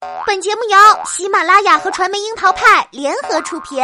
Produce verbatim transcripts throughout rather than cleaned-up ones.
本节目由喜马拉雅和传媒樱桃派联合出品。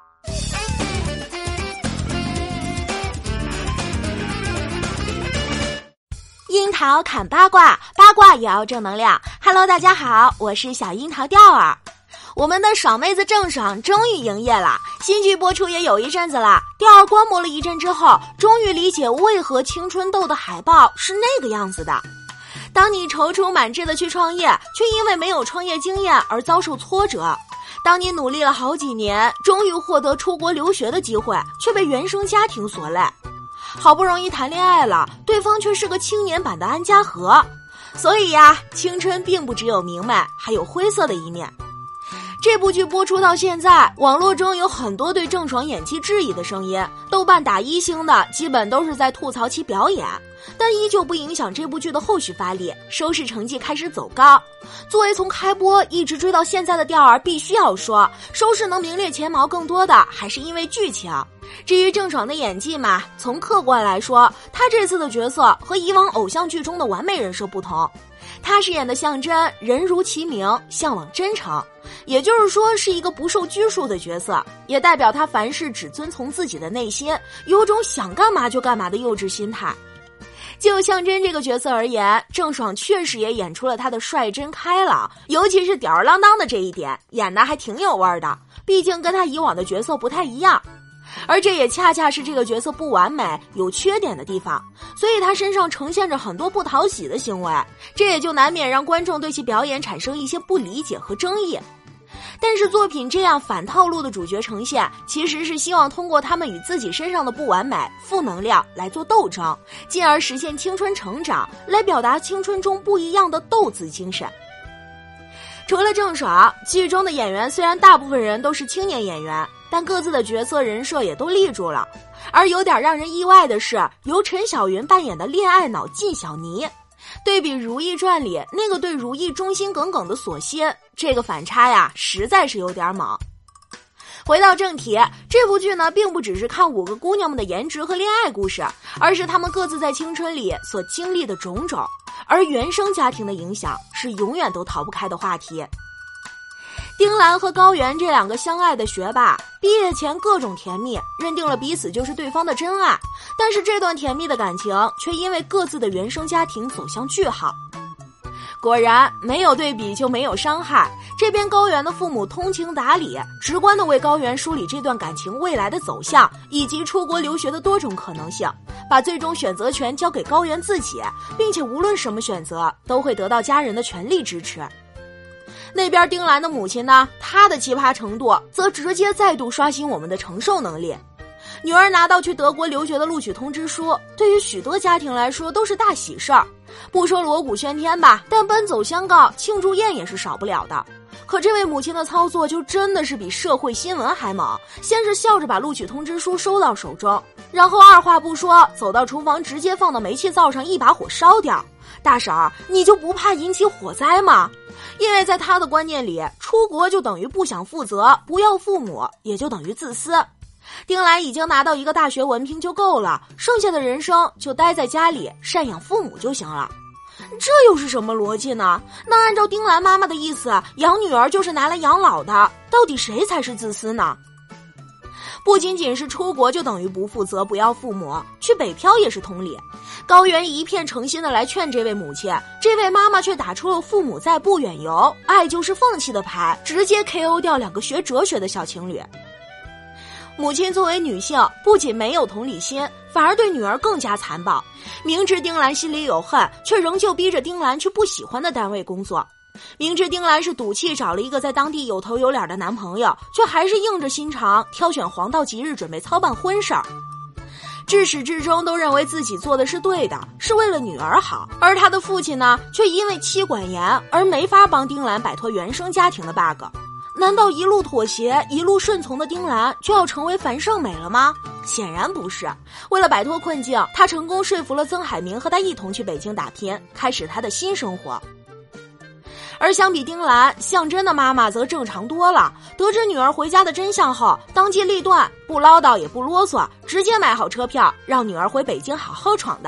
樱桃砍八卦，八卦也要正能量。Hello， 大家好，我是小樱桃调儿。我们的爽妹子郑爽终于营业了，新剧播出也有一阵子了。调儿观摩了一阵之后，终于理解为何青春痘的海报是那个样子的。当你踌躇满志的去创业，却因为没有创业经验而遭受挫折；当你努力了好几年，终于获得出国留学的机会，却被原生家庭所累；好不容易谈恋爱了，对方却是个青年版的安家和。所以呀，青春并不只有明媚，还有灰色的一面。这部剧播出到现在，网络中有很多对郑爽演技质疑的声音，豆瓣打一星的基本都是在吐槽其表演，但依旧不影响这部剧的后续发力，收视成绩开始走高。作为从开播一直追到现在的调儿，必须要说，收视能名列前茅更多的还是因为剧情。至于郑爽的演技嘛，从客观来说，她这次的角色和以往偶像剧中的完美人设不同。她饰演的象征人如其名，向往真诚，也就是说是一个不受拘束的角色，也代表她凡事只遵从自己的内心，有种想干嘛就干嘛的幼稚心态。就象征这个角色而言，郑爽确实也演出了她的率真开朗，尤其是吊儿郎当的这一点，演得还挺有味儿的，毕竟跟她以往的角色不太一样。而这也恰恰是这个角色不完美有缺点的地方，所以他身上呈现着很多不讨喜的行为，这也就难免让观众对其表演产生一些不理解和争议。但是作品这样反套路的主角呈现，其实是希望通过他们与自己身上的不完美、负能量来做斗争，进而实现青春成长，来表达青春中不一样的斗志精神。除了郑爽，剧中的演员虽然大部分人都是青年演员，但各自的角色人设也都立住了。而有点让人意外的是，由陈晓云扮演的恋爱脑靳小妮，对比《如懿传》里那个对如懿忠心耿耿的索心，这个反差呀，实在是有点猛。回到正题，这部剧呢，并不只是看五个姑娘们的颜值和恋爱故事，而是她们各自在青春里所经历的种种。而原生家庭的影响是永远都逃不开的话题。丁兰和高原这两个相爱的学霸，毕业前各种甜蜜，认定了彼此就是对方的真爱，但是这段甜蜜的感情却因为各自的原生家庭走向句号。果然，没有对比就没有伤害。这边高原的父母通情达理，直观地为高原梳理这段感情未来的走向，以及出国留学的多种可能性，把最终选择权交给高原自己，并且无论什么选择，都会得到家人的全力支持。那边丁兰的母亲呢，她的奇葩程度则直接再度刷新我们的承受能力。女儿拿到去德国留学的录取通知书，对于许多家庭来说都是大喜事儿。不说锣鼓喧天吧，但奔走相告、庆祝宴也是少不了的。可这位母亲的操作就真的是比社会新闻还猛，先是笑着把录取通知书收到手中，然后二话不说走到厨房直接放到煤气灶上一把火烧掉。大婶儿，你就不怕引起火灾吗？因为在她的观念里，出国就等于不想负责，不要父母也就等于自私。丁兰已经拿到一个大学文凭就够了，剩下的人生就待在家里赡养父母就行了。这又是什么逻辑呢？那按照丁兰妈妈的意思，养女儿就是拿来养老的，到底谁才是自私呢？不仅仅是出国就等于不负责不要父母，去北漂也是同理。高原一片诚心的来劝这位母亲，这位妈妈却打出了父母在不远游，爱就是放弃的牌，直接 K O 掉两个学哲学的小情侣。母亲作为女性，不仅没有同理心，反而对女儿更加残暴。明知丁兰心里有恨，却仍旧逼着丁兰去不喜欢的单位工作。明知丁兰是赌气找了一个在当地有头有脸的男朋友，却还是硬着心肠挑选黄道吉日准备操办婚事儿。至始至终都认为自己做的是对的，是为了女儿好，而他的父亲呢，却因为妻管严而没法帮丁兰摆脱原生家庭的 bug。难道一路妥协一路顺从的丁兰就要成为樊胜美了吗？显然不是。为了摆脱困境，他成功说服了曾海明和他一同去北京打拼，开始他的新生活。而相比丁兰，向真的妈妈则正常多了。得知女儿回家的真相后，当机立断，不唠叨也不啰嗦，直接买好车票，让女儿回北京好好闯荡。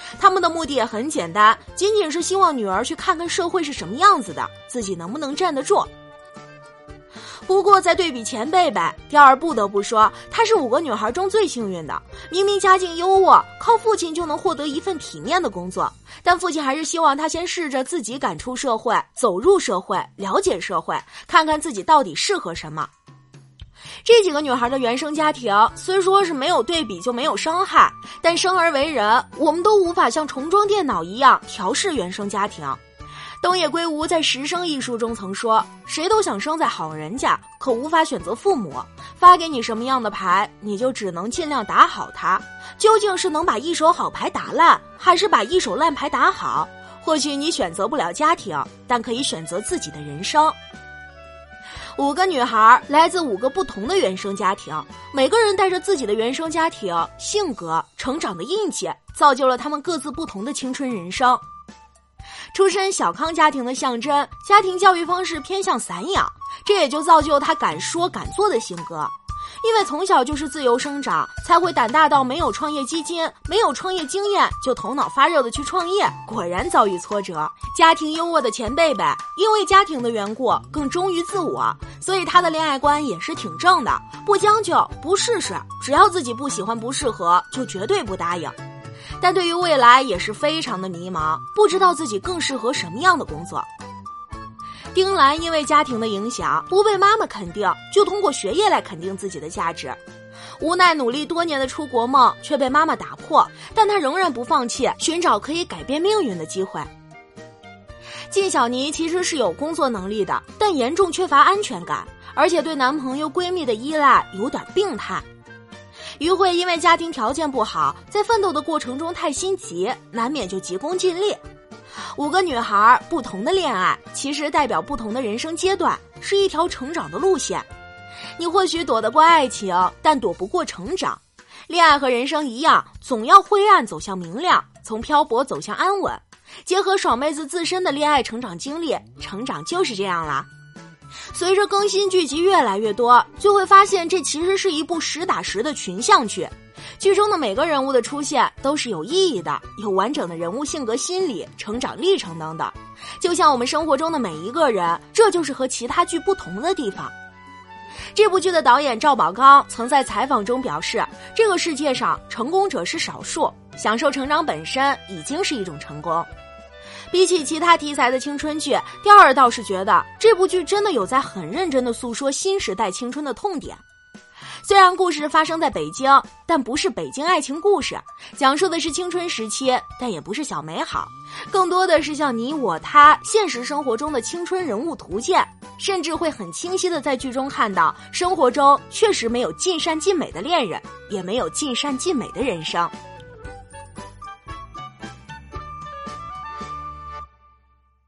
他们的目的也很简单，仅仅是希望女儿去看看社会是什么样子的，自己能不能站得住。不过在对比前辈辈，第二不得不说，她是五个女孩中最幸运的。明明家境优渥，靠父亲就能获得一份体面的工作，但父亲还是希望她先试着自己赶出社会，走入社会，了解社会，看看自己到底适合什么。这几个女孩的原生家庭虽说是没有对比就没有伤害，但生而为人，我们都无法像重装电脑一样调试原生家庭。东野圭吾在《十生》一书中曾说，谁都想生在好人家，可无法选择父母，发给你什么样的牌，你就只能尽量打好它。究竟是能把一手好牌打烂，还是把一手烂牌打好？或许你选择不了家庭，但可以选择自己的人生。五个女孩来自五个不同的原生家庭，每个人带着自己的原生家庭、性格、成长的印记，造就了她们各自不同的青春人生。出身小康家庭的象征，家庭教育方式偏向散养，这也就造就她敢说敢做的性格。因为从小就是自由生长，才会胆大到没有创业基金、没有创业经验就头脑发热的去创业，果然遭遇挫折。家庭优渥的前辈辈，因为家庭的缘故更忠于自我，所以他的恋爱观也是挺正的，不将就，不试试，只要自己不喜欢不适合，就绝对不答应。但对于未来也是非常的迷茫，不知道自己更适合什么样的工作。丁兰因为家庭的影响，不被妈妈肯定，就通过学业来肯定自己的价值。无奈努力多年的出国梦却被妈妈打破，但她仍然不放弃，寻找可以改变命运的机会。靳小妮其实是有工作能力的，但严重缺乏安全感，而且对男朋友闺蜜的依赖有点病态。于慧因为家庭条件不好，在奋斗的过程中太心急，难免就急功近利。五个女孩不同的恋爱，其实代表不同的人生阶段，是一条成长的路线。你或许躲得过爱情，但躲不过成长。恋爱和人生一样，总要灰暗走向明亮，从漂泊走向安稳。结合爽妹子自身的恋爱成长经历，成长就是这样啦。随着更新剧集越来越多，就会发现这其实是一部实打实的群像剧。剧中的每个人物的出现都是有意义的，有完整的人物性格、心理、成长历程等等。就像我们生活中的每一个人，这就是和其他剧不同的地方。这部剧的导演赵宝刚曾在采访中表示，这个世界上成功者是少数，享受成长本身已经是一种成功。比起其他题材的青春剧，第二倒是觉得这部剧真的有在很认真地诉说新时代青春的痛点。虽然故事发生在北京，但不是北京爱情故事，讲述的是青春时期，但也不是小美好，更多的是像你我他现实生活中的青春人物图鉴，甚至会很清晰地在剧中看到生活中确实没有尽善尽美的恋人，也没有尽善尽美的人生。